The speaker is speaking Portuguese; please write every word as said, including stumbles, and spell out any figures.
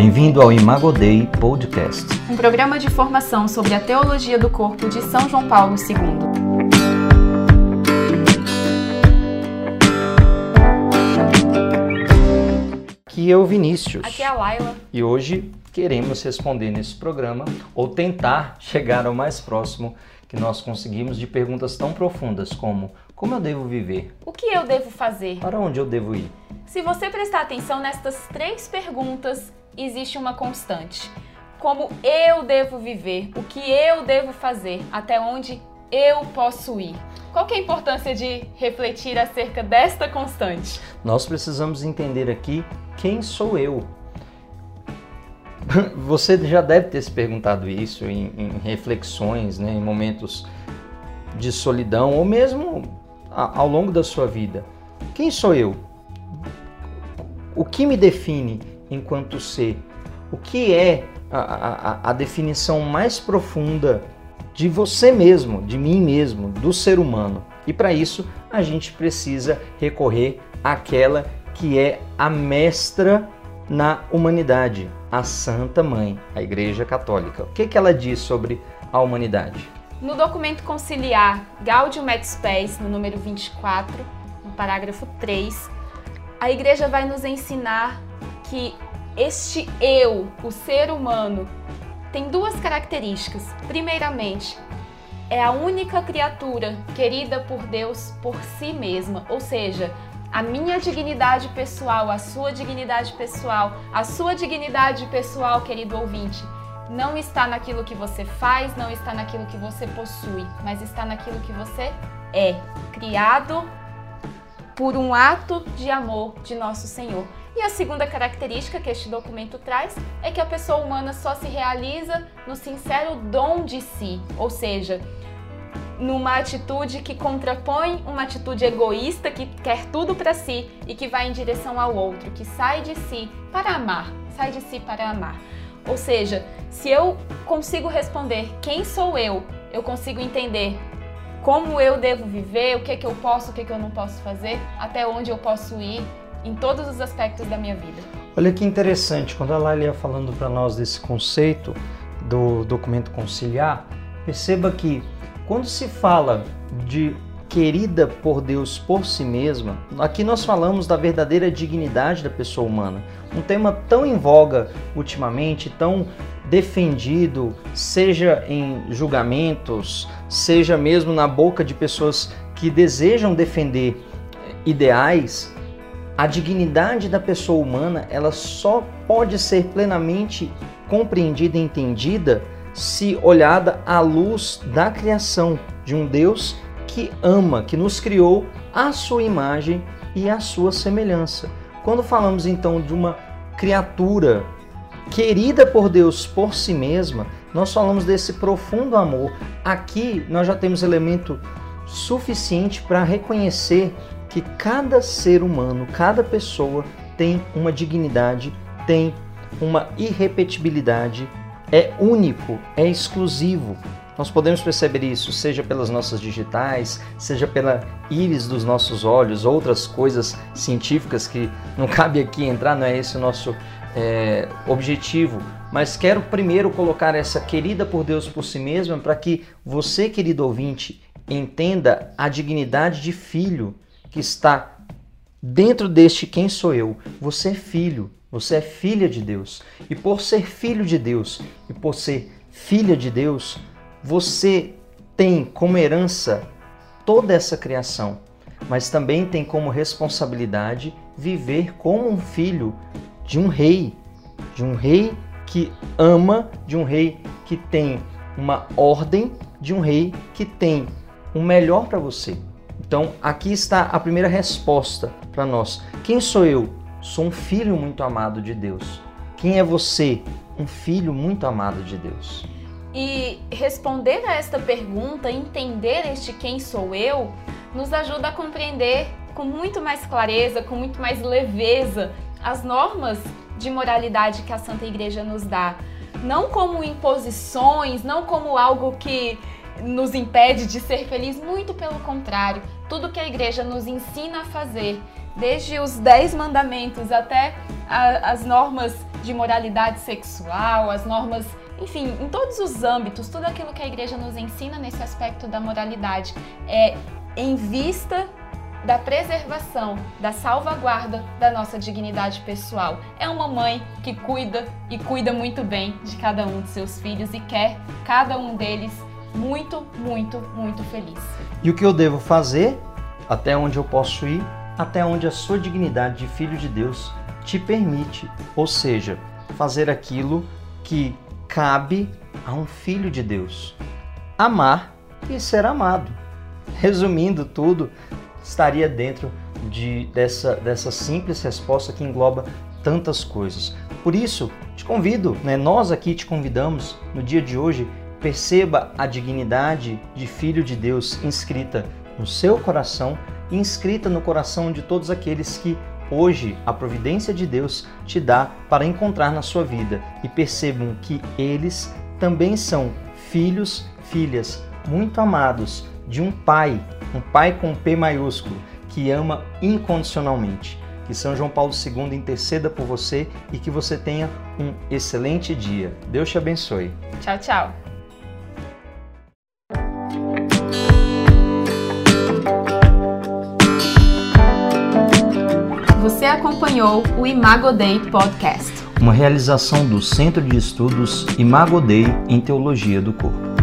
Bem-vindo ao Imago Dei Podcast, um programa de formação sobre a teologia do corpo de São João Paulo segundo. Aqui é o Vinícius. Aqui é a Laila. E hoje queremos responder nesse programa, ou tentar chegar ao mais próximo que nós conseguimos de perguntas tão profundas como: como eu devo viver? O que eu devo fazer? Para onde eu devo ir? Se você prestar atenção nestas três perguntas, existe uma constante. Como eu devo viver? O que eu devo fazer? Até onde eu posso ir? Qual que é a importância de refletir acerca desta constante? Nós precisamos entender aqui quem sou eu. Você já deve ter se perguntado isso em, em reflexões, né, em momentos de solidão ou mesmo a, ao longo da sua vida. Quem sou eu? O que me define enquanto ser? O que é a, a, a definição mais profunda de você mesmo, de mim mesmo, do ser humano? E para isso a gente precisa recorrer àquela que é a mestra na humanidade, a Santa Mãe, a Igreja Católica. O que, que ela diz sobre a humanidade? No documento conciliar Gaudium et Spes, no número vinte e quatro, no parágrafo três, a Igreja vai nos ensinar que este eu, o ser humano, tem duas características. Primeiramente, é a única criatura querida por Deus por si mesma, ou seja, a minha dignidade pessoal, a sua dignidade pessoal, a sua dignidade pessoal, querido ouvinte, não está naquilo que você faz, não está naquilo que você possui, mas está naquilo que você é, criado por um ato de amor de nosso Senhor. E a segunda característica que este documento traz é que a pessoa humana só se realiza no sincero dom de si, ou seja, numa atitude que contrapõe uma atitude egoísta que quer tudo para si e que vai em direção ao outro, que sai de si para amar, sai de si para amar. Ou seja, se eu consigo responder quem sou eu, eu consigo entender como eu devo viver, o que é que eu posso, o que é que eu não posso fazer, até onde eu posso ir em todos os aspectos da minha vida. Olha que interessante, quando a Laila ia falando para nós desse conceito do documento conciliar, perceba que quando se fala de querida por Deus por si mesma, aqui nós falamos da verdadeira dignidade da pessoa humana. Um tema tão em voga ultimamente, tão defendido, seja em julgamentos, seja mesmo na boca de pessoas que desejam defender ideais. A dignidade da pessoa humana, ela só pode ser plenamente compreendida e entendida se olhada à luz da criação de um Deus que ama, que nos criou à sua imagem e à sua semelhança. Quando falamos então de uma criatura querida por Deus por si mesma, nós falamos desse profundo amor. Aqui nós já temos elemento suficiente para reconhecer que cada ser humano, cada pessoa tem uma dignidade, tem uma irrepetibilidade, é único, é exclusivo. Nós podemos perceber isso, seja pelas nossas digitais, seja pela íris dos nossos olhos, outras coisas científicas que não cabe aqui entrar, não é esse o nosso é, objetivo. Mas quero primeiro colocar essa querida por Deus por si mesma para que você, querido ouvinte, entenda a dignidade de filho que está dentro deste quem sou eu. Você é filho, você é filha de Deus. E por ser filho de Deus e por ser filha de Deus, você tem como herança toda essa criação, mas também tem como responsabilidade viver como um filho de um rei, de um rei que ama, de um rei que tem uma ordem, de um rei que tem o melhor para você. Então, aqui está a primeira resposta para nós. Quem sou eu? Sou um filho muito amado de Deus. Quem é você? Um filho muito amado de Deus. E responder a esta pergunta, entender este quem sou eu, nos ajuda a compreender com muito mais clareza, com muito mais leveza, as normas de moralidade que a Santa Igreja nos dá. Não como imposições, não como algo que nos impede de ser feliz, muito pelo contrário. Tudo que a Igreja nos ensina a fazer, desde os dez mandamentos até a, as normas de moralidade sexual, as normas, enfim, em todos os âmbitos, tudo aquilo que a igreja nos ensina nesse aspecto da moralidade é em vista da preservação, da salvaguarda da nossa dignidade pessoal. É uma mãe que cuida e cuida muito bem de cada um de seus filhos e quer cada um deles muito, muito, muito feliz. E o que eu devo fazer? Até onde eu posso ir? Até onde a sua dignidade de filho de Deus te permite. Ou seja, fazer aquilo que cabe a um filho de Deus. Amar e ser amado. Resumindo tudo, estaria dentro de, dessa, dessa simples resposta que engloba tantas coisas. Por isso, te convido, né, nós aqui te convidamos no dia de hoje, perceba a dignidade de filho de Deus inscrita no seu coração e inscrita no coração de todos aqueles que hoje a providência de Deus te dá para encontrar na sua vida. E percebam que eles também são filhos, filhas muito amados de um pai, um pai com P maiúsculo, que ama incondicionalmente. Que São João Paulo segundo interceda por você e que você tenha um excelente dia. Deus te abençoe. Tchau, tchau. Você acompanhou o Imago Dei Podcast, uma realização do Centro de Estudos Imago Dei em Teologia do Corpo.